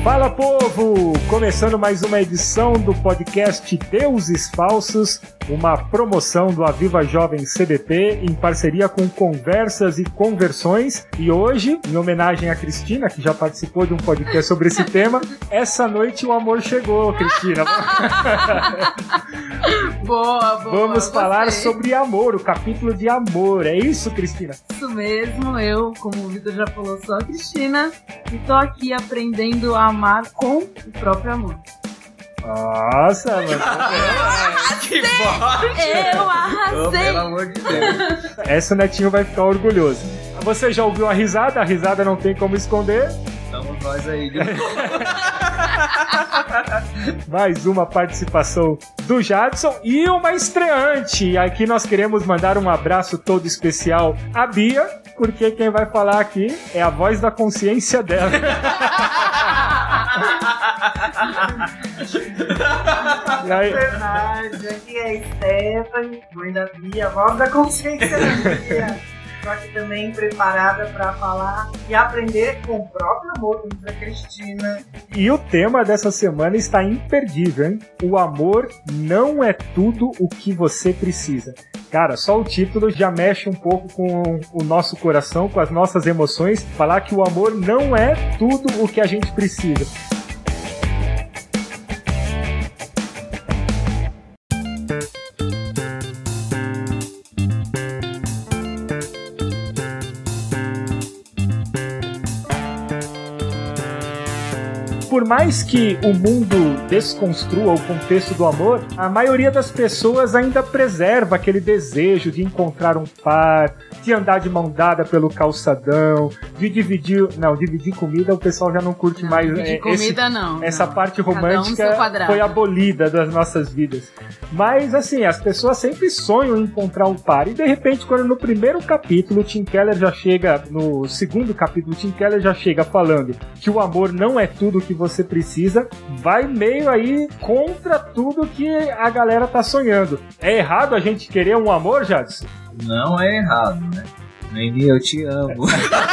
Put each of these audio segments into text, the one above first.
Fala, povo! Começando mais uma edição do podcast Deuses Falsos, uma promoção do Aviva Jovem CBP em parceria com Conversas e Conversões. E hoje, em homenagem a Cristina, que já participou de um podcast sobre esse tema, essa noite o amor chegou, Cristina. Boa. Vamos falar sobre amor, o capítulo de amor. É isso, Cristina? Isso mesmo, eu, como o Vitor já falou, sou a Cristina e tô aqui aprendendo a amar com o próprio amor. Nossa, mano. Que forte! Eu arrasei! Oh, pelo amor de Deus. Essa o Netinho vai ficar orgulhoso. Você já ouviu a risada não tem como esconder. Estamos nós aí. Mais uma participação do Jadson e uma estreante. Aqui nós queremos mandar um abraço todo especial à Bia, porque quem vai falar aqui é a voz da consciência dela. E aí? Verdade, aqui é a Stephanie, mãe da Bia, a voz da consciência da Bia. Estou aqui também preparada para falar e aprender com o próprio amor, como diz a Cristina. E o tema dessa semana está imperdível, hein? O amor não é tudo o que você precisa. Cara, só o título já mexe um pouco com o nosso coração, com as nossas emoções. Falar que o amor não é tudo o que a gente precisa. Por mais que o mundo desconstrua o contexto do amor, a maioria das pessoas ainda preserva aquele desejo de encontrar um par, de andar de mão dada pelo calçadão, de dividir comida, o pessoal já não curte mais. Dividir comida não. Essa parte romântica foi abolida das nossas vidas. Mas assim, as pessoas sempre sonham em encontrar um par. E de repente, quando no primeiro capítulo, o Tim Keller já chega, no segundo capítulo, o Tim Keller já chega falando que o amor não é tudo que você precisa, vai meio aí contra tudo que a galera tá sonhando. É errado a gente querer um amor, Jadson? Não é errado, né? Nem eu te amo.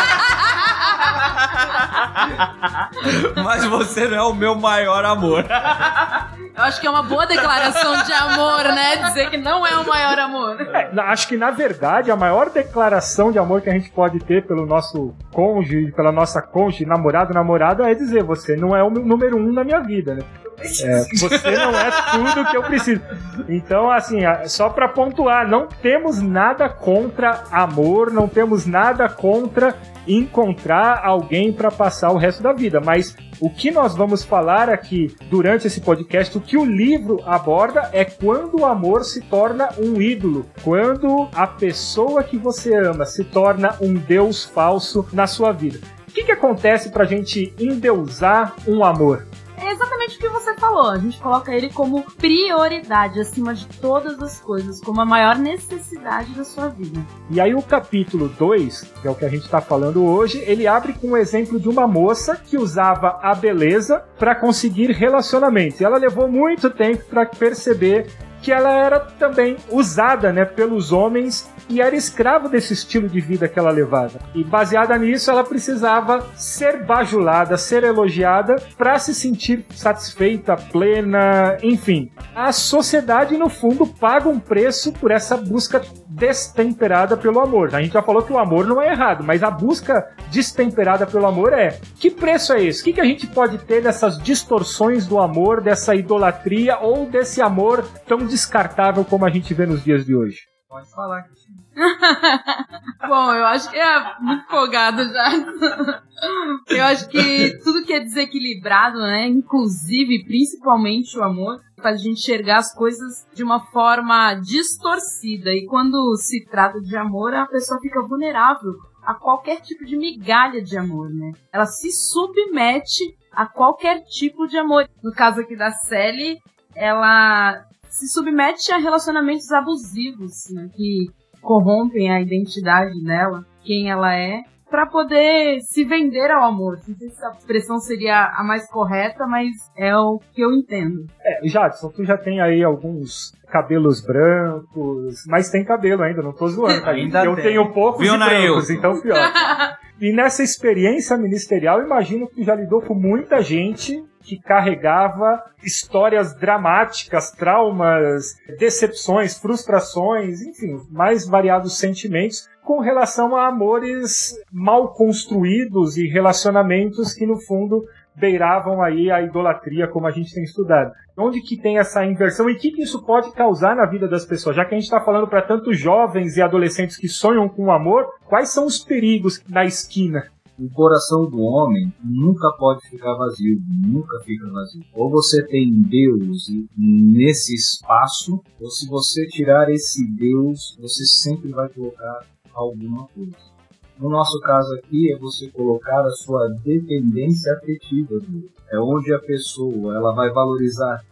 Mas você não é o meu maior amor. Eu acho que é uma boa declaração de amor, né? Dizer que não é o maior amor. Acho que, na verdade, a maior declaração de amor que a gente pode ter pelo nosso cônjuge, pela nossa cônjuge, namorada, é dizer, você não é o número 1 na minha vida, né? Você não é tudo que eu preciso. Então, assim, só pra pontuar, não temos nada contra amor, não temos nada contra encontrar alguém pra passar o resto da vida, mas o que nós vamos falar aqui durante esse podcast, o que o livro aborda é quando o amor se torna um ídolo, quando a pessoa que você ama se torna um Deus falso na sua vida. O que acontece pra gente endeusar um amor? É exatamente o que você falou, a gente coloca ele como prioridade acima de todas as coisas, como a maior necessidade da sua vida. E aí o capítulo 2, que é o que a gente está falando hoje, ele abre com o exemplo de uma moça que usava a beleza para conseguir relacionamentos. E ela levou muito tempo para perceber que ela era também usada, né, pelos homens e era escrava desse estilo de vida que ela levava. E baseada nisso, ela precisava ser bajulada, ser elogiada para se sentir satisfeita, plena, enfim. A sociedade, no fundo, paga um preço por essa busca destemperada pelo amor. A gente já falou que o amor não é errado, mas a busca destemperada pelo amor é. Que preço é esse? O que a gente pode ter dessas distorções do amor, dessa idolatria ou desse amor tão descartável como a gente vê nos dias de hoje? Pode falar, Cristina. Bom, eu acho que é muito empolgado já. Eu acho que tudo que é desequilibrado, né, inclusive, principalmente o amor, faz a gente enxergar as coisas de uma forma distorcida. E quando se trata de amor, a pessoa fica vulnerável a qualquer tipo de migalha de amor, né? Ela se submete a qualquer tipo de amor. No caso aqui da Sally, ela se submete a relacionamentos abusivos, né, que corrompem a identidade dela, quem ela é, para poder se vender ao amor. Não sei se a expressão seria a mais correta, mas é o que eu entendo. Jadson, tu já tem aí alguns cabelos brancos, mas tem cabelo ainda, não tô zoando, tá? Ainda eu tem. tenho poucos Viu, e brancos, então pior. E nessa experiência ministerial, imagino que já lidou com muita gente que carregava histórias dramáticas, traumas, decepções, frustrações, enfim, mais variados sentimentos com relação a amores mal construídos e relacionamentos que, no fundo, beiravam aí a idolatria, como a gente tem estudado. Onde que tem essa inversão e o que isso pode causar na vida das pessoas? Já que a gente está falando para tantos jovens e adolescentes que sonham com o amor, quais são os perigos na esquina? O coração do homem nunca pode ficar vazio, nunca fica vazio. Ou você tem Deus nesse espaço, ou se você tirar esse Deus, você sempre vai colocar alguma coisa. No nosso caso aqui, é você colocar a sua dependência afetiva dele. É onde a pessoa ela vai valorizar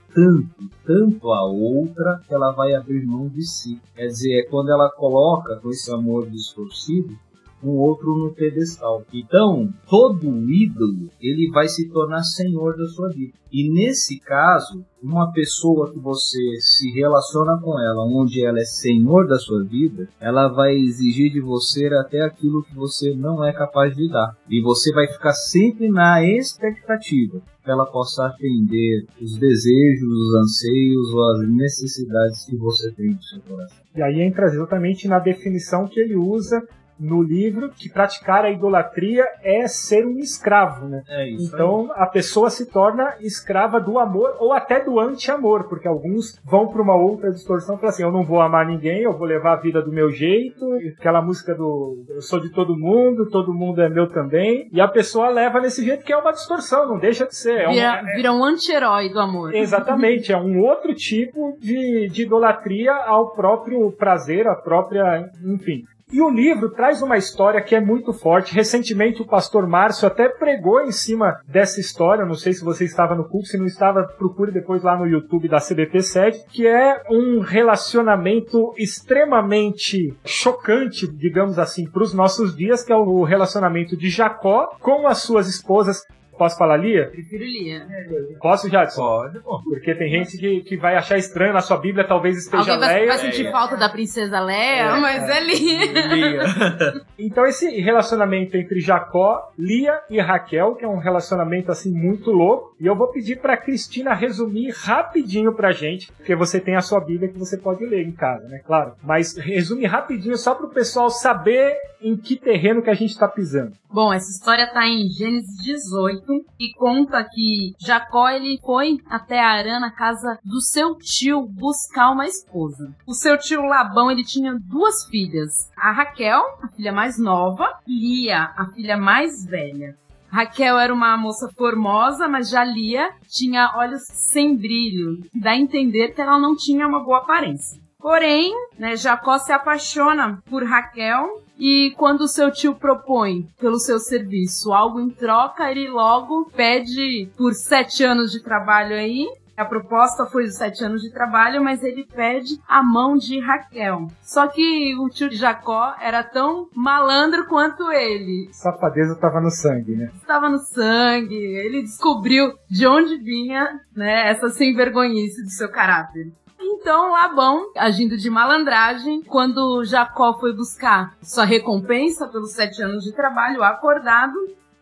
tanto a outra, que ela vai abrir mão de si. Quer dizer, é quando ela coloca com esse amor distorcido um outro no pedestal. Então, todo ídolo, ele vai se tornar senhor da sua vida. E nesse caso, uma pessoa que você se relaciona com ela, onde ela é senhor da sua vida, ela vai exigir de você até aquilo que você não é capaz de dar. E você vai ficar sempre na expectativa que ela possa atender os desejos, os anseios ou as necessidades que você tem no seu coração. E aí entra exatamente na definição que ele usa no livro, que praticar a idolatria é ser um escravo, né? É isso. Então a pessoa se torna escrava do amor ou até do anti-amor, porque alguns vão para uma outra distorção e falam assim, eu não vou amar ninguém, eu vou levar a vida do meu jeito, aquela música do eu sou de todo mundo é meu também, e a pessoa leva nesse jeito que é uma distorção, não deixa de ser. Vira um anti-herói do amor. Exatamente, é um outro tipo de idolatria ao próprio prazer, à própria, enfim. E o livro traz uma história que é muito forte. Recentemente o pastor Márcio até pregou em cima dessa história, não sei se você estava no culto, se não estava, procure depois lá no YouTube da CBP7, que é um relacionamento extremamente chocante, digamos assim, para os nossos dias, que é o relacionamento de Jacó com as suas esposas. Posso falar Lia? Prefiro Lia. Posso, Jadson? Pode, pô. Porque tem gente que vai achar estranho, na sua Bíblia talvez esteja Leia. Leia. Vai sentir falta da princesa Leia, mas é Lia. Então esse relacionamento entre Jacó, Lia e Raquel, que é um relacionamento assim muito louco, e eu vou pedir para Cristina resumir rapidinho pra gente, porque você tem a sua Bíblia que você pode ler em casa, né? Claro. Mas resume rapidinho só pro pessoal saber em que terreno que a gente está pisando. Bom, essa história está em Gênesis 18 e conta que Jacó ele foi até Harã, na casa do seu tio, buscar uma esposa. O seu tio Labão ele tinha 2 filhas, a Raquel, a filha mais nova, e Lia, a filha mais velha. Raquel era uma moça formosa, mas já Lia tinha olhos sem brilho, que dá a entender que ela não tinha uma boa aparência. Porém, Jacó se apaixona por Raquel e quando o seu tio propõe pelo seu serviço algo em troca, ele logo pede por 7 anos de trabalho aí. A proposta foi de 7 anos de trabalho, mas ele pede a mão de Raquel. Só que o tio de Jacó era tão malandro quanto ele. Safadeza estava no sangue, né? Estava no sangue. Ele descobriu de onde vinha, essa sem-vergonhice do seu caráter. Então, Labão, agindo de malandragem, quando Jacó foi buscar sua recompensa pelos 7 anos de trabalho acordado,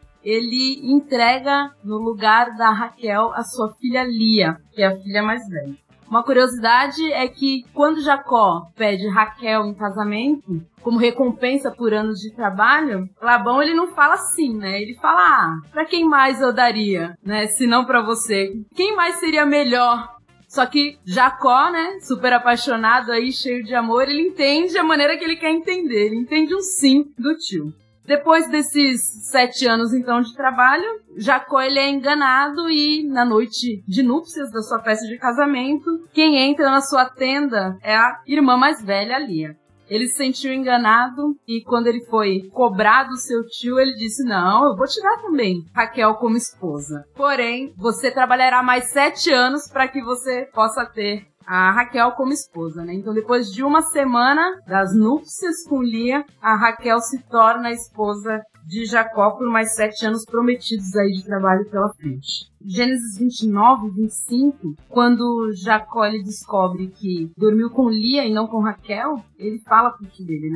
ele entrega no lugar da Raquel a sua filha Lia, que é a filha mais velha. Uma curiosidade é que quando Jacó pede Raquel em casamento, como recompensa por anos de trabalho, Labão ele não fala assim, Ele fala, pra quem mais eu daria, se não pra você? Quem mais seria melhor? Só que Jacó, super apaixonado aí, cheio de amor, ele entende a maneira que ele quer entender. Ele entende um sim do tio. Depois desses 7 anos, então, de trabalho, Jacó, ele é enganado e, na noite de núpcias da sua festa de casamento, quem entra na sua tenda é a irmã mais velha, Lia. Ele se sentiu enganado e quando ele foi cobrar do seu tio, ele disse, não, eu vou te dar também Raquel como esposa. Porém, você trabalhará mais 7 anos para que você possa ter a Raquel como esposa, Então, depois de 1 semana das núpcias com Lia, a Raquel se torna a esposa de Jacó por mais 7 anos prometidos aí de trabalho pela frente. Gênesis 29, 25, quando Jacó ele descobre que dormiu com Lia e não com Raquel, ele fala pro tio dele,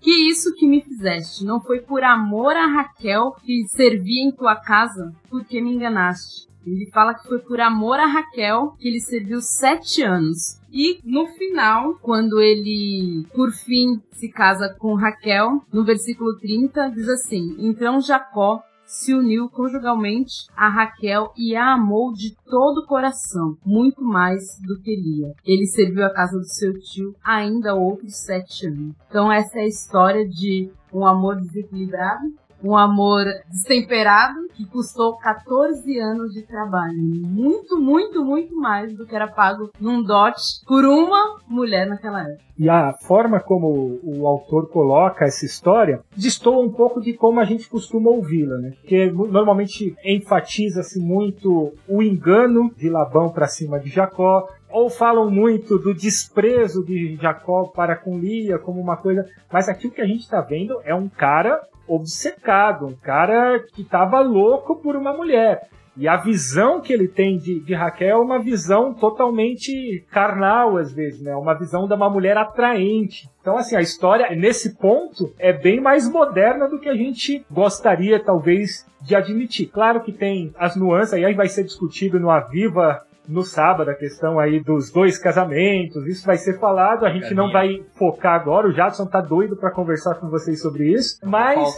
Que isso que me fizeste? Não foi por amor a Raquel que servia em tua casa? Porque me enganaste. Ele fala que foi por amor a Raquel que ele serviu 7 anos. E no final, quando ele, por fim, se casa com Raquel, no versículo 30, diz assim: então Jacó se uniu conjugalmente a Raquel e a amou de todo o coração, muito mais do que Lia. Ele serviu a casa do seu tio ainda outros 7 anos. Então essa é a história de um amor desequilibrado, um amor destemperado, que custou 14 anos de trabalho. Muito, muito, muito mais do que era pago num dote por uma mulher naquela época. E a forma como o autor coloca essa história destoa um pouco de como a gente costuma ouvi-la, né? Porque normalmente enfatiza-se muito o engano de Labão para cima de Jacó, ou falam muito do desprezo de Jacó para com Lia como uma coisa, mas aqui o que a gente está vendo é um cara obcecado, um cara que estava louco por uma mulher. E a visão que ele tem de Raquel é uma visão totalmente carnal, às vezes, né? Uma visão de uma mulher atraente. Então, assim, a história, nesse ponto, é bem mais moderna do que a gente gostaria, talvez, de admitir. Claro que tem as nuances, aí vai ser discutido no Aviva no sábado, a questão aí dos 2 casamentos, isso vai ser falado, a gente não vai focar agora, o Jadson tá doido pra conversar com vocês sobre isso, mas...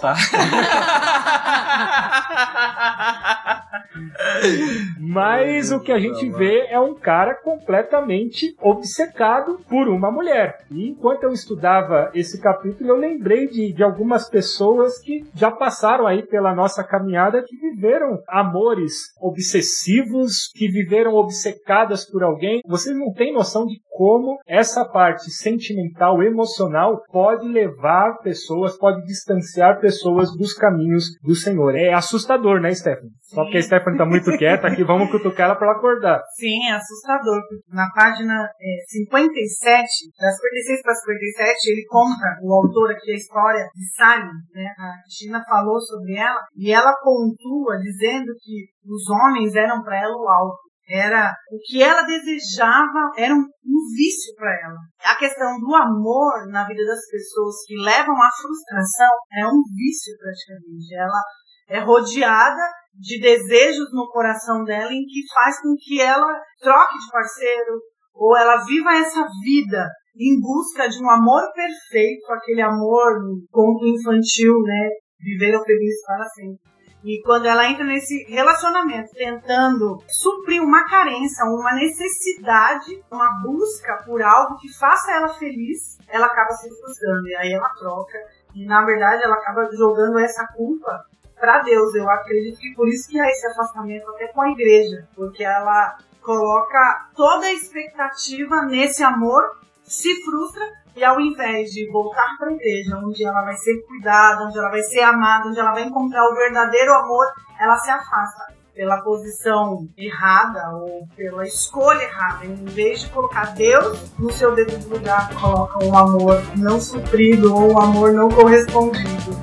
Mas o que a gente vê é um cara completamente obcecado por uma mulher. E enquanto eu estudava esse capítulo, eu lembrei de algumas pessoas que já passaram aí pela nossa caminhada, que viveram amores obsessivos, que viveram obcecadas por alguém. Vocês não têm noção de como essa parte sentimental, emocional, pode levar pessoas, pode distanciar pessoas dos caminhos do Senhor. É assustador, né, Stephanie? Só porque a Stephanie tá muito quieta aqui, vamos cutucar ela para ela acordar. Sim, é assustador. Na página 57, das 56 para 57, ele conta, o autor aqui, a história de Salim, né? A Cristina falou sobre ela, e ela pontua dizendo que os homens eram para ela o alto. Era o que ela desejava, era um vício para ela. A questão do amor na vida das pessoas que levam à frustração é um vício praticamente. Ela é rodeada de desejos no coração dela em que faz com que ela troque de parceiro ou ela viva essa vida em busca de um amor perfeito, aquele amor no conto infantil, né? Viveram felizes para sempre. E quando ela entra nesse relacionamento tentando suprir uma carência, uma necessidade, uma busca por algo que faça ela feliz, ela acaba se frustrando. E aí ela troca. E na verdade ela acaba jogando essa culpa para Deus. Eu acredito que por isso que há esse afastamento até com a igreja. Porque ela coloca toda a expectativa nesse amor, se frustra. E ao invés de voltar para a igreja, onde ela vai ser cuidada, onde ela vai ser amada, onde ela vai encontrar o verdadeiro amor, ela se afasta pela posição errada ou pela escolha errada. Em vez de colocar Deus no seu devido lugar, coloca um amor não suprido ou um amor não correspondido.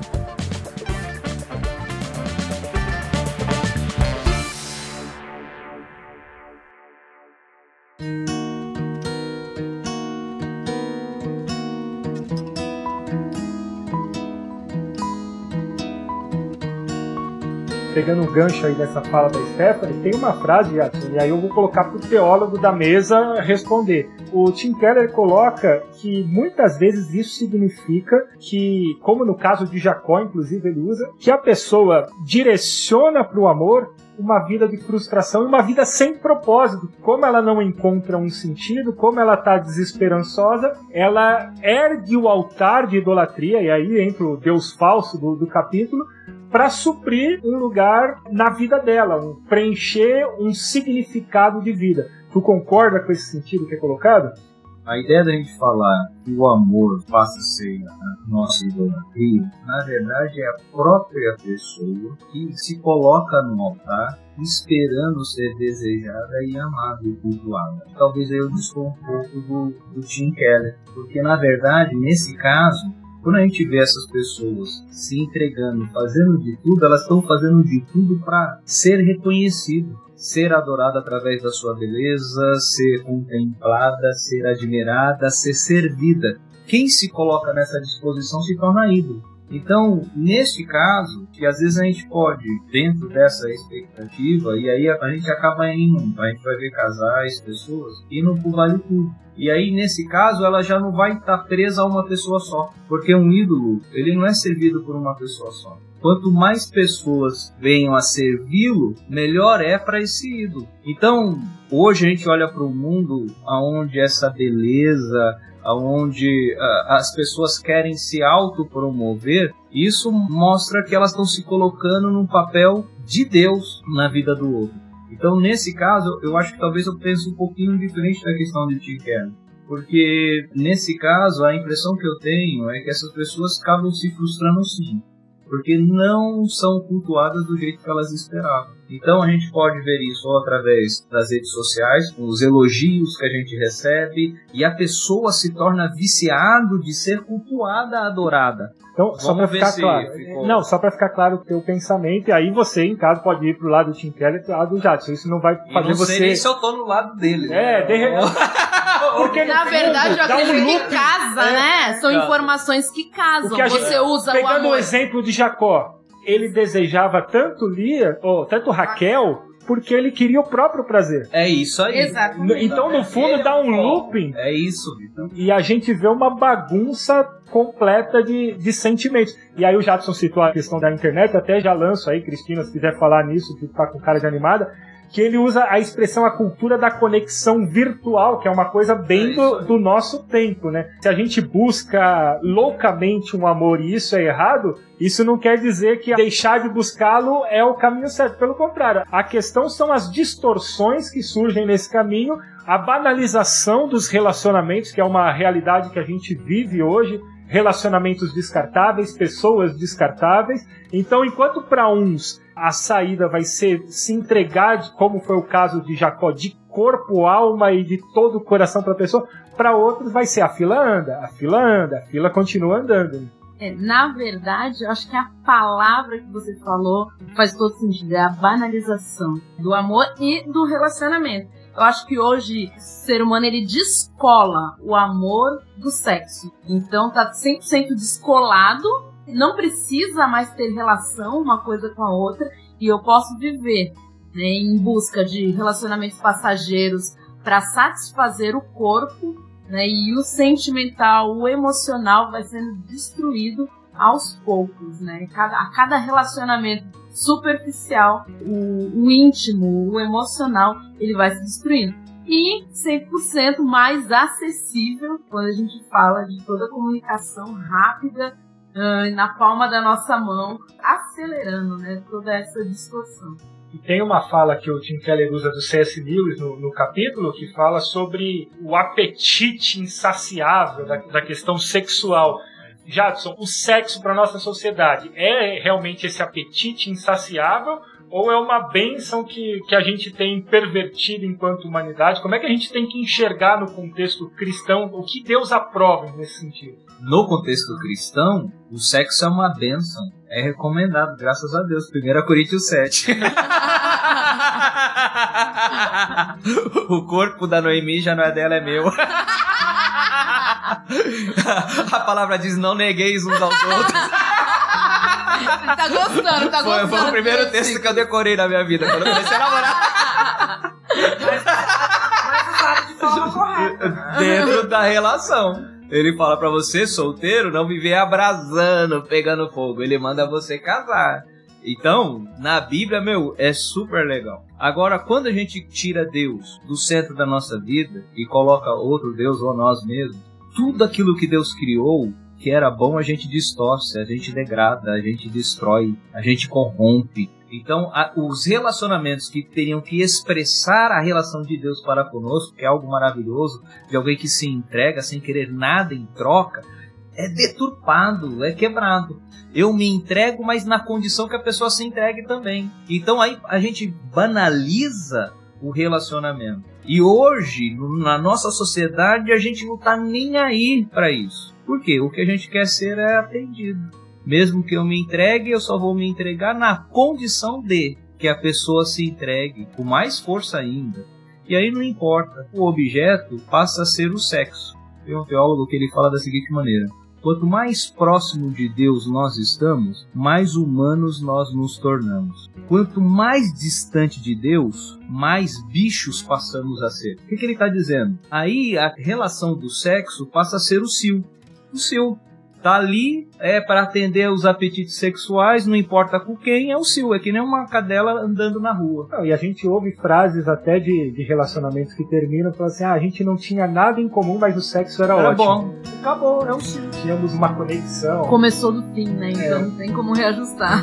Pegando um gancho aí dessa fala da Stephanie, tem uma frase, Jadson, e aí eu vou colocar para o teólogo da mesa responder. O Tim Keller coloca que muitas vezes isso significa que, como no caso de Jacó, inclusive ele usa, que a pessoa direciona para o amor uma vida de frustração e uma vida sem propósito. Como ela não encontra um sentido, como ela está desesperançosa, ela ergue o altar de idolatria, e aí entra o Deus falso do capítulo, para suprir um lugar na vida dela, preencher um significado de vida. Tu concorda com esse sentido que é colocado? A ideia da gente falar que o amor passa a ser a nossa idolatria, na verdade é a própria pessoa que se coloca no altar esperando ser desejada e amada e cultuada. Talvez eu discorra um pouco do Tim Keller, porque na verdade, nesse caso, quando a gente vê essas pessoas se entregando, fazendo de tudo, elas estão fazendo de tudo para ser reconhecido, ser adorada através da sua beleza, ser contemplada, ser admirada, ser servida. quem se coloca nessa disposição se torna ídolo. Então, neste caso, que às vezes a gente pode, dentro dessa expectativa, e aí a gente acaba indo, a gente vai ver casais, pessoas, indo pro vale tudo. E aí, nesse caso, ela já não vai estar presa a uma pessoa só. Porque um ídolo, ele não é servido por uma pessoa só. Quanto mais pessoas venham a servi-lo, melhor é para esse ídolo. Então, hoje a gente olha para um mundo onde essa beleza, onde as pessoas querem se autopromover, isso mostra que elas estão se colocando num papel de Deus na vida do outro. Então, nesse caso, eu acho que talvez eu pense um pouquinho diferente da questão de Tim Keller. Porque, nesse caso, a impressão que eu tenho é que essas pessoas acabam se frustrando sim. Porque não são cultuadas do jeito que elas esperavam. Então a gente pode ver isso ou através das redes sociais, com os elogios que a gente recebe, e a pessoa se torna viciado de ser cultuada, adorada. Então, só para ficar claro, não, só para ficar claro o teu pensamento, e aí você, em caso, pode ir pro lado do Tim Keller e pro lado do Jadson. Isso não vai fazer você... Eu não sei nem se eu tô no lado dele. Porque na verdade eu acredito que casa, né? São informações que casam. Você usa o amor. Pegando o exemplo de Jacó, ele desejava tanto Lia, ou tanto Raquel, porque ele queria o próprio prazer. É isso aí. Exatamente. Então, no fundo, dá um looping. É isso. E a gente vê uma bagunça completa de sentimentos. E aí o Jadson citou a questão da internet, até já lanço aí, Cristina, se quiser falar nisso, que tá com cara de animada, que ele usa a expressão, a cultura da conexão virtual, que é uma coisa bem do nosso tempo, né? Se a gente busca loucamente um amor e isso é errado, isso não quer dizer que deixar de buscá-lo é o caminho certo. Pelo contrário, a questão são as distorções que surgem nesse caminho, a banalização dos relacionamentos, que é uma realidade que a gente vive hoje, relacionamentos descartáveis, pessoas descartáveis. Então, enquanto para uns a saída vai ser se entregar, como foi o caso de Jacó, de corpo, alma e de todo o coração para a pessoa, para outros vai ser a fila anda, a fila continua andando. Na verdade, eu acho que a palavra que você falou faz todo sentido, é a banalização do amor e do relacionamento. Eu acho que hoje o ser humano ele descola o amor do sexo. Então tá 100% descolado, não precisa mais ter relação uma coisa com a outra, e eu posso viver, né, em busca de relacionamentos passageiros para satisfazer o corpo, né, e o sentimental, o emocional vai sendo destruído aos poucos, né? A cada relacionamento superficial, o íntimo, o emocional, ele vai se destruindo. E 100% mais acessível quando a gente fala de toda a comunicação rápida, na palma da nossa mão, acelerando, né, toda essa distorção. E tem uma fala que o Tim Keller usa do C.S. Lewis no capítulo, que fala sobre o apetite insaciável da questão sexual. Jadson, o sexo para nossa sociedade é realmente esse apetite insaciável ou é uma bênção que a gente tem pervertido enquanto humanidade? Como é que a gente tem que enxergar no contexto cristão o que Deus aprova nesse sentido? No contexto cristão, o sexo é uma bênção. É recomendado, graças a Deus. 1 Coríntios 7. O corpo da Noemi já não é dela, é meu. A palavra diz, não negueis uns aos outros. Tá gostando. Foi o primeiro texto que eu decorei na minha vida, quando eu comecei a namorar. Mas usado de forma correta. Dentro da relação. Ele fala pra você, solteiro, não viver abrasando, pegando fogo. Ele manda você casar. Então, na Bíblia, é super legal. Agora, quando a gente tira Deus do centro da nossa vida e coloca outro Deus ou nós mesmos, tudo aquilo que Deus criou, que era bom, a gente distorce, a gente degrada, a gente destrói, a gente corrompe. Então, os relacionamentos que teriam que expressar a relação de Deus para conosco, que é algo maravilhoso, de alguém que se entrega sem querer nada em troca, é deturpado, é quebrado. Eu me entrego, mas na condição que a pessoa se entregue também. Então aí a gente banaliza o relacionamento. E hoje, na nossa sociedade, a gente não está nem aí para isso. Por quê? O que a gente quer ser é atendido. Mesmo que eu me entregue, eu só vou me entregar na condição de que a pessoa se entregue com mais força ainda. E aí não importa. O objeto passa a ser o sexo. Tem um teólogo que ele fala da seguinte maneira: quanto mais próximo de Deus nós estamos, mais humanos nós nos tornamos. Quanto mais distante de Deus, mais bichos passamos a ser. O que ele está dizendo? Aí a relação do sexo passa a ser o cio. O cio. Tá ali, para atender os apetites sexuais, não importa com quem, é o cio. É que nem uma cadela andando na rua. Não, e a gente ouve frases até de relacionamentos que terminam, falando assim, a gente não tinha nada em comum, mas o sexo era ótimo. Bom. Acabou, é o cio. Tínhamos uma conexão. Começou do fim, né? Então não tem como reajustar.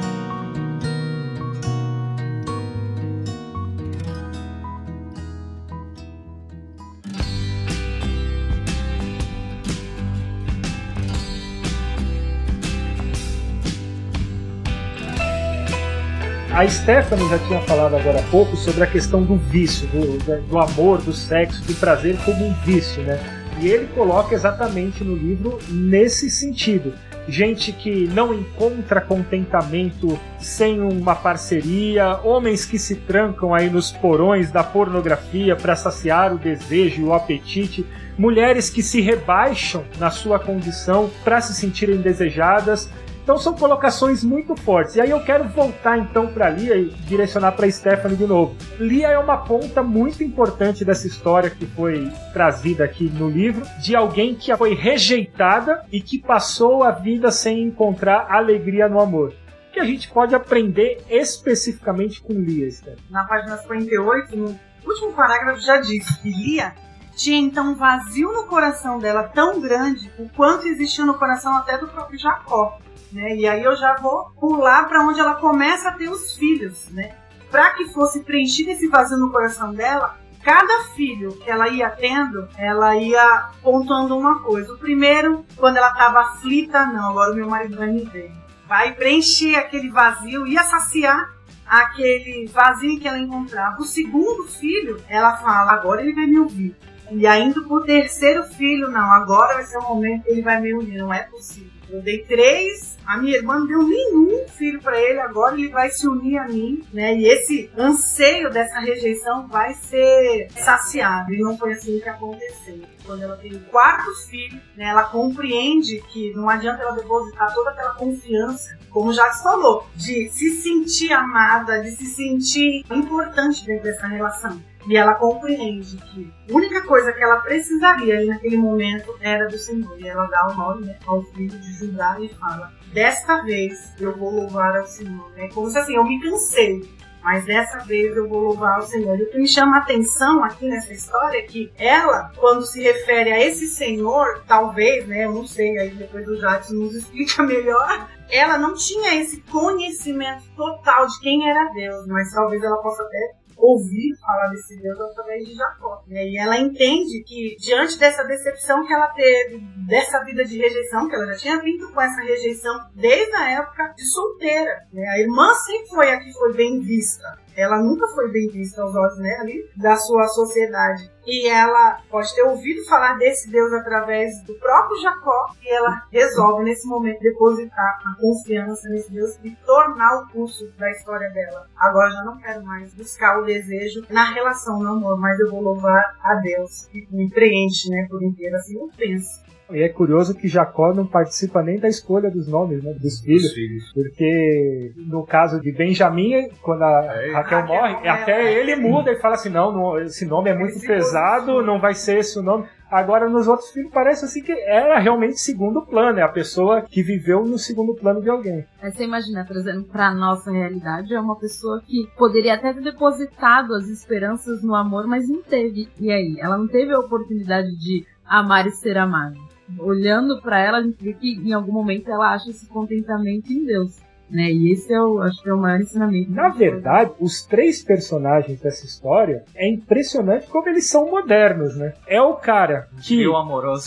A Stephanie já tinha falado agora há pouco sobre a questão do vício, do amor, do sexo, do prazer como um vício, né? E ele coloca exatamente no livro nesse sentido. Gente que não encontra contentamento sem uma parceria, homens que se trancam aí nos porões da pornografia para saciar o desejo e o apetite, mulheres que se rebaixam na sua condição para se sentirem desejadas. Então são colocações muito fortes. E aí eu quero voltar então para Lia e direcionar para Stephanie de novo. Lia é uma ponta muito importante dessa história que foi trazida aqui no livro, de alguém que foi rejeitada e que passou a vida sem encontrar alegria no amor. O que a gente pode aprender especificamente com Lia, Stephanie? Na página 58, no último parágrafo, já diz que Lia tinha então um vazio no coração dela tão grande, o quanto existia no coração até do próprio Jacó. Né? E aí eu já vou pular para onde ela começa a ter os filhos, né? Para que fosse preenchido esse vazio no coração dela, cada filho que ela ia tendo, ela ia pontuando uma coisa. O primeiro, quando ela estava aflita, não, agora o meu marido vai me ver. Vai preencher aquele vazio, ia saciar aquele vazio que ela encontrava. O segundo filho, ela fala, agora ele vai me ouvir. E ainda pro terceiro filho, não, agora vai ser o momento que ele vai me ouvir, não é possível. Eu dei 3, a minha irmã não deu nenhum filho para ele, agora ele vai se unir a mim, né? E esse anseio dessa rejeição vai ser saciado. E não foi assim que aconteceu. Quando ela tem o 4º filho, né, ela compreende que não adianta ela depositar toda aquela confiança, como já se falou, de se sentir amada, de se sentir importante dentro dessa relação. E ela compreende que a única coisa que ela precisaria ali naquele momento era do Senhor. E ela dá o nome, né, ao filho de Judá e fala, desta vez eu vou louvar ao Senhor. É como se assim, eu me cansei, mas dessa vez eu vou louvar ao Senhor. E o que me chama a atenção aqui nessa história é que ela, quando se refere a esse Senhor, talvez, né, eu não sei, aí depois o Jadson nos explica melhor, ela não tinha esse conhecimento total de quem era Deus, mas talvez ela possa até ouvir falar desse Deus através de Jacó. E ela entende que, diante dessa decepção que ela teve, dessa vida de rejeição, que ela já tinha vindo com essa rejeição desde a época de solteira. A irmã sempre foi a que foi bem vista. Ela nunca foi bem vista aos olhos, né, ali, da sua sociedade. E ela pode ter ouvido falar desse Deus através do próprio Jacó, e ela resolve, nesse momento, depositar a confiança nesse Deus e tornar o curso da história dela. Agora eu já não quero mais buscar o desejo na relação, no amor, mas eu vou louvar a Deus, que me preenche, né, por inteiro. Assim eu penso. E é curioso que Jacó não participa nem da escolha dos nomes, né, dos filhos. Porque no caso de Benjamim, quando a Raquel morre, até ele muda e fala assim, não, esse nome é muito pesado, não vai ser esse o nome. Agora nos outros filhos parece assim que era realmente segundo plano, é a pessoa que viveu no segundo plano de alguém. Aí você imagina, trazendo pra nossa realidade, é uma pessoa que poderia até ter depositado as esperanças no amor, mas não teve. E aí? Ela não teve a oportunidade de amar e ser amada. Olhando pra ela, a gente vê que em algum momento ela acha esse contentamento em Deus, né? E esse acho que é o maior ensinamento. Na verdade, os 3 personagens dessa história, é impressionante como eles são modernos, né? É o cara que... Eu amoroso.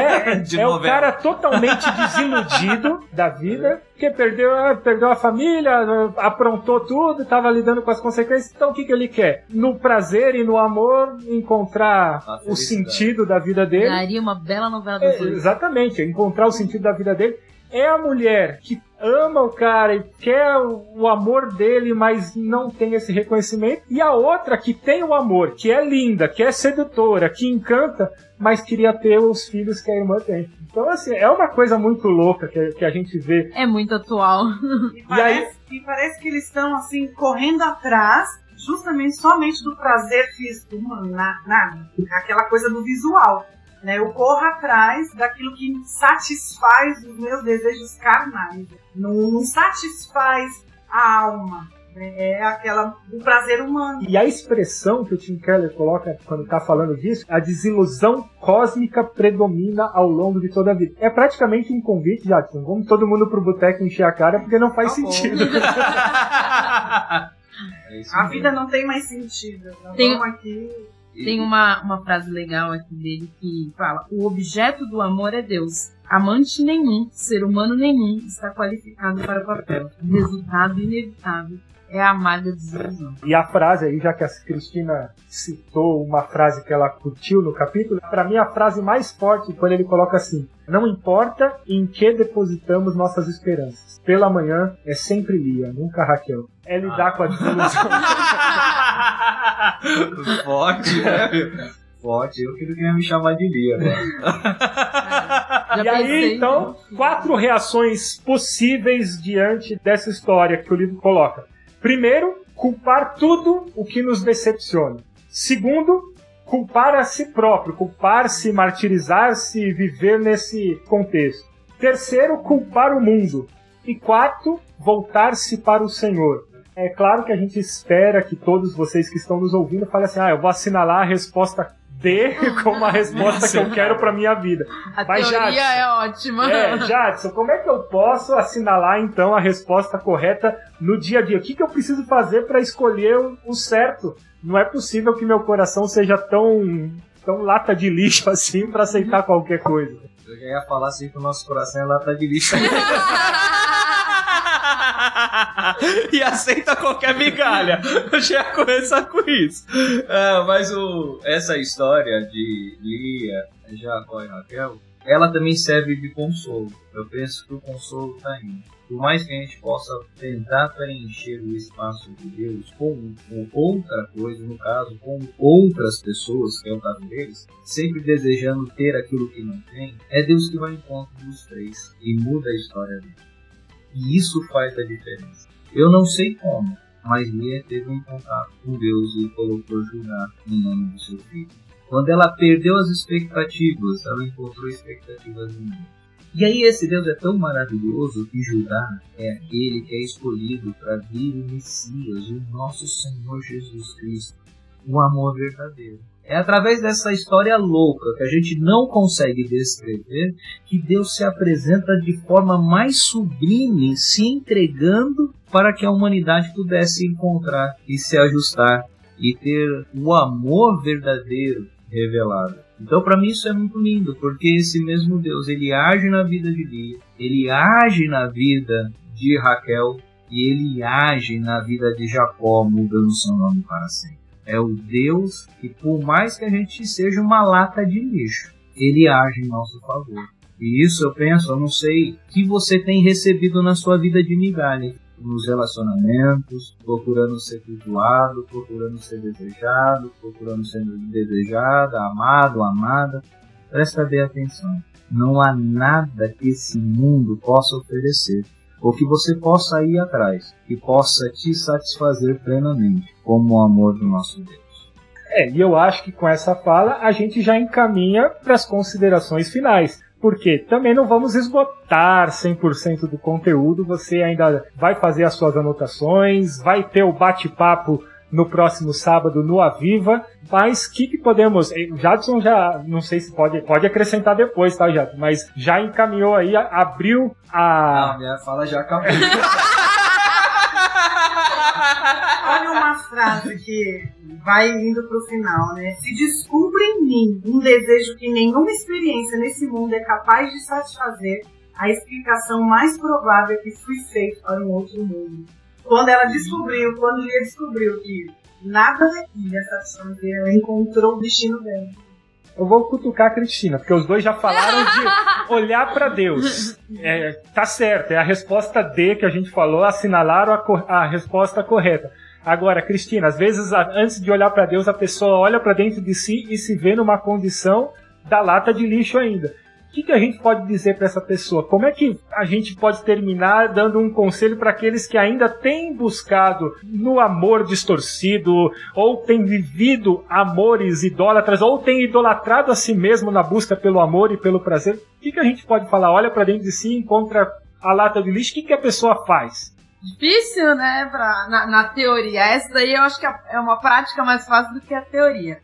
É o cara totalmente desiludido da vida, que perdeu a família, aprontou tudo, estava lidando com as consequências. Então o que ele quer? No prazer e no amor, encontrar o sentido da vida dele. Daria uma bela novela dos dois. Exatamente, encontrar o sentido da vida dele. é a mulher que ama o cara e quer o amor dele, mas não tem esse reconhecimento, e a outra que tem o amor, que é linda, que é sedutora, que encanta, mas queria ter os filhos que a irmã tem. Então, assim, é uma coisa muito louca que a gente vê. É muito atual. E parece que eles estão, assim, correndo atrás, justamente somente do prazer físico humano, aquela coisa do visual. Né? Eu corro atrás daquilo que satisfaz os meus desejos carnais. Não satisfaz a alma. Né? É o prazer humano. E a expressão que o Tim Keller coloca quando está falando disso, a desilusão cósmica predomina ao longo de toda a vida. É praticamente um convite, Jadson. Vamos todo mundo pro boteco encher a cara, porque não faz sentido. A vida não tem mais sentido. Vamos aqui... Tem uma frase legal aqui dele que fala: o objeto do amor é Deus. Amante nenhum, ser humano nenhum está qualificado para o papel. O resultado inevitável é a amarga desilusão. E a frase aí, já que a Cristina citou uma frase que ela curtiu no capítulo, para mim a frase mais forte quando ele coloca assim: não importa em que depositamos nossas esperanças. Pela manhã é sempre Lia, nunca Raquel. É lidar com a desilusão. Forte, né? Forte, eu queria me chamar de Lia, né? E aí, então, 4 reações possíveis diante dessa história que o livro coloca. Primeiro, culpar tudo o que nos decepciona. Segundo, culpar a si próprio, culpar-se, martirizar-se, viver nesse contexto. Terceiro, culpar o mundo. E quarto, voltar-se para o Senhor. É claro que a gente espera que todos vocês que estão nos ouvindo falem assim: eu vou assinalar a resposta D como a resposta que eu quero para minha vida. A teoria é ótima. Jadson, como é que eu posso assinalar então a resposta correta no dia a dia? O que eu preciso fazer para escolher o certo? Não é possível que meu coração seja tão lata de lixo assim para aceitar qualquer coisa. Eu já ia falar assim que o nosso coração é lata de lixo. E aceita qualquer migalha. Eu já ia começar com isso. Mas essa história de Lia, Jacó e Raquel, ela também serve de consolo. Eu penso que o consolo está aí. Por mais que a gente possa tentar preencher o espaço de Deus com outra coisa, no caso, com outras pessoas, que é o caso deles, sempre desejando ter aquilo que não tem, é Deus que vai ao encontro dos três e muda a história deles. E isso faz a diferença. Eu não sei como, mas Lia teve um contato com Deus e colocou Judá no nome do seu filho. Quando ela perdeu as expectativas, ela encontrou expectativas em Deus. E aí esse Deus é tão maravilhoso que Judá é aquele que é escolhido para vir o Messias, o nosso Senhor Jesus Cristo, o amor verdadeiro. É através dessa história louca que a gente não consegue descrever que Deus se apresenta de forma mais sublime, se entregando para que a humanidade pudesse encontrar e se ajustar e ter o amor verdadeiro revelado. Então, para mim, isso é muito lindo, porque esse mesmo Deus, ele age na vida de Lia, ele age na vida de Raquel e ele age na vida de Jacó, mudando seu nome para sempre. É o Deus que, por mais que a gente seja uma lata de lixo, ele age em nosso favor. E isso eu penso, eu não sei, que você tem recebido na sua vida de migalha, nos relacionamentos, procurando ser cultuado, procurando ser desejado, procurando ser desejada, amado, amada. Presta bem atenção. Não há nada que esse mundo possa oferecer, ou que você possa ir atrás, que possa te satisfazer plenamente, como o amor do nosso Deus. E eu acho que com essa fala a gente já encaminha para as considerações finais. Porque também não vamos esgotar 100% do conteúdo, você ainda vai fazer as suas anotações, vai ter o bate-papo no próximo sábado no Aviva, mas o que podemos... Jadson já, não sei se pode acrescentar depois, tá, Jadson? Mas já encaminhou aí, abriu a... Não, minha fala já acabou. Olha uma frase que vai indo pro final, né? Se descubra em mim um desejo que nenhuma experiência nesse mundo é capaz de satisfazer, a explicação mais provável é que fui feito para um outro mundo. Quando Lia descobriu que nada daqui ia satisfazer, ela encontrou o destino dela. Eu vou cutucar a Cristina, porque os dois já falaram olhar para Deus. Tá certo, é a resposta D que a gente falou, assinalaram a resposta correta. Agora, Cristina, às vezes, antes de olhar para Deus, a pessoa olha para dentro de si e se vê numa condição da lata de lixo ainda. O que a gente pode dizer para essa pessoa? Como é que a gente pode terminar dando um conselho para aqueles que ainda têm buscado no amor distorcido, ou têm vivido amores idólatras, ou têm idolatrado a si mesmo na busca pelo amor e pelo prazer? O que a gente pode falar? Olha para dentro de si e encontra a lata de lixo. O que a pessoa faz? Difícil, né, na teoria. Essa daí eu acho que é uma prática mais fácil do que a teoria.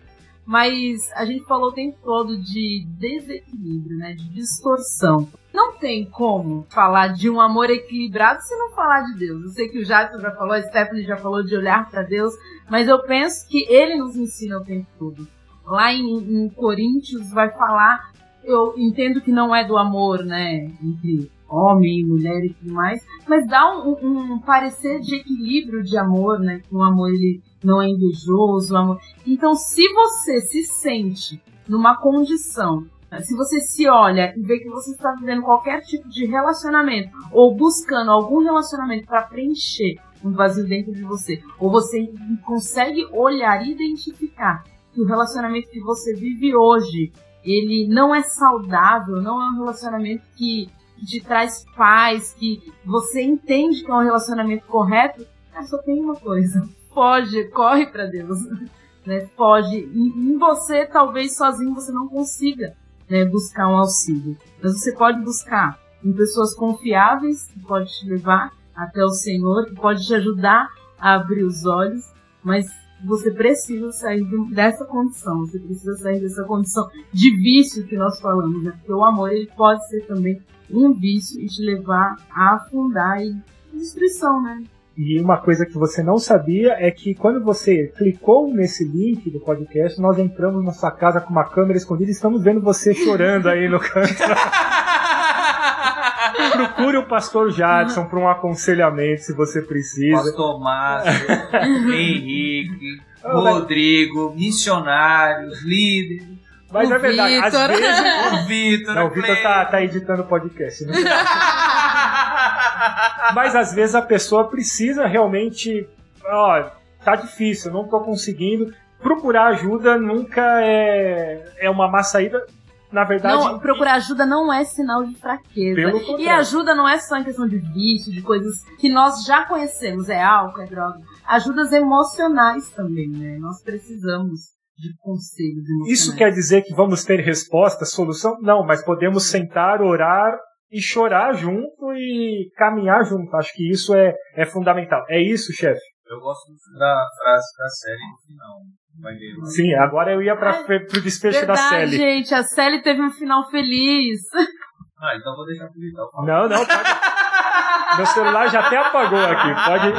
Mas a gente falou o tempo todo de desequilíbrio, né, de distorção. Não tem como falar de um amor equilibrado se não falar de Deus. Eu sei que o Jadson já falou, a Stephanie já falou de olhar para Deus, mas eu penso que ele nos ensina o tempo todo. Lá em Coríntios vai falar, eu entendo que não é do amor, né, entre homem e mulher e tudo mais, mas dá um parecer de equilíbrio de amor, né? Que o amor ele não é invejoso. O amor... Então, se você se sente numa condição, se você se olha e vê que você está vivendo qualquer tipo de relacionamento ou buscando algum relacionamento para preencher um vazio dentro de você, ou você consegue olhar e identificar que o relacionamento que você vive hoje, ele não é saudável, não é um relacionamento que te traz paz, que você entende que é um relacionamento correto, só tem uma coisa: foge, corre pra Deus, né? Foge. Em você, talvez sozinho você não consiga, né, buscar um auxílio, mas você pode buscar em pessoas confiáveis, que pode te levar até o Senhor, que pode te ajudar a abrir os olhos, mas você precisa sair dessa condição, você precisa sair dessa condição de vício que nós falamos, né? Porque o amor ele pode ser também um vício e te levar a afundar em destruição, né? E uma coisa que você não sabia é que quando você clicou nesse link do podcast, nós entramos na sua casa com uma câmera escondida e estamos vendo você chorando aí no canto. Procure o pastor Jadson para um aconselhamento se você precisa. Pastor Márcio, Henrique, Rodrigo, missionários, líderes. Mas é verdade, às vezes... O Vitor. Não, o Vitor tá editando o podcast, né? Mas às vezes a pessoa precisa realmente... tá difícil, não tô conseguindo. Procurar ajuda nunca é uma má saída. Na verdade... Não, procurar ajuda não é sinal de fraqueza. Pelo contrário. E ajuda não é só em questão de vício, de coisas que nós já conhecemos. É álcool, é droga. Ajudas emocionais também, né? Nós precisamos de conselhos emocionais. Isso quer dizer que vamos ter resposta, solução? Não, mas podemos sentar, orar e chorar junto e caminhar junto. Acho que isso é fundamental. É isso, chefe? Eu gosto da frase da série no final. Vai ver. Sim, agora eu ia pro desfecho da Sally. Gente, a Sally teve um final feliz. Então vou deixar pro Vital. Não, pode. Meu celular já até apagou aqui. Pode.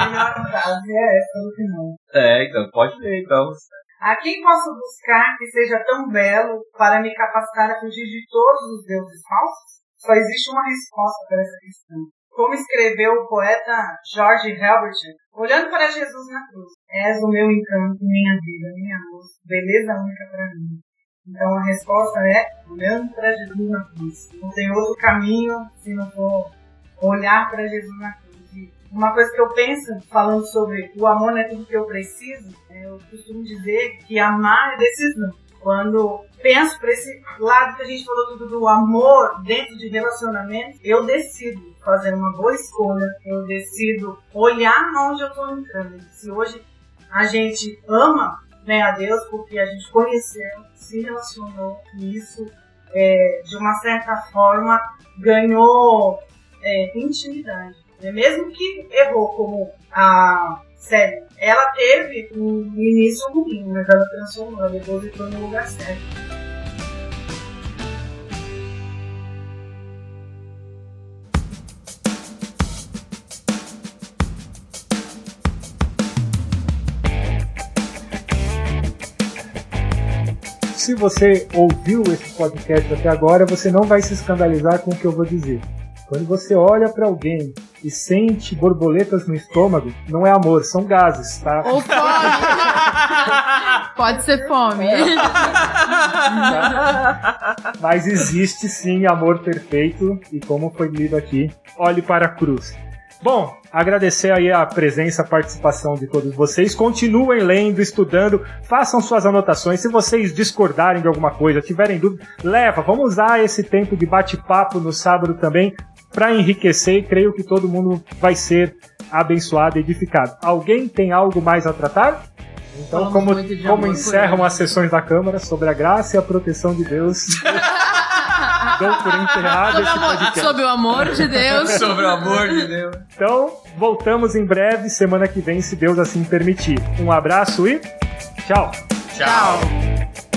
Então, pode ver, então. A quem posso buscar que seja tão belo para me capacitar a fugir de todos os deuses falsos? Só existe uma resposta para essa questão. Como escreveu o poeta George Herbert, olhando para Jesus na cruz: és o meu encanto, minha vida, minha luz, beleza única para mim. Então a resposta é olhando para Jesus na cruz. Não tem outro caminho se não for olhar para Jesus na cruz. E uma coisa que eu penso, falando sobre o amor não é tudo que eu preciso, eu costumo dizer que amar é decisão. Quando penso para esse lado que a gente falou do amor dentro de relacionamento, eu decido fazer uma boa escolha, eu decido olhar onde eu estou entrando. Se hoje a gente ama, né, a Deus porque a gente conheceu, se relacionou, e isso de uma certa forma ganhou intimidade. Mesmo que errou, como a Sally, ela teve um início ruim, mas ela transformou, ela depois entrou no lugar certo. Se você ouviu esse podcast até agora, você não vai se escandalizar com o que eu vou dizer. Quando você olha para alguém e sente borboletas no estômago, não é amor, são gases, tá? Ou fome. Pode ser fome. Mas existe sim amor perfeito, e como foi lido aqui, olhe para a cruz. Bom, agradecer aí a presença, a participação de todos vocês. Continuem lendo, estudando, façam suas anotações. Se vocês discordarem de alguma coisa, tiverem dúvida, vamos usar esse tempo de bate-papo no sábado também para enriquecer, e creio que todo mundo vai ser abençoado e edificado. Alguém tem algo mais a tratar? Então, como encerram as sessões da Câmara sobre a graça e a proteção de Deus... Dou por encerrado esse podcast. Sobre o amor de Deus. Sobre o amor de Deus. Então, voltamos em breve, semana que vem, se Deus assim permitir. Um abraço e tchau. Tchau.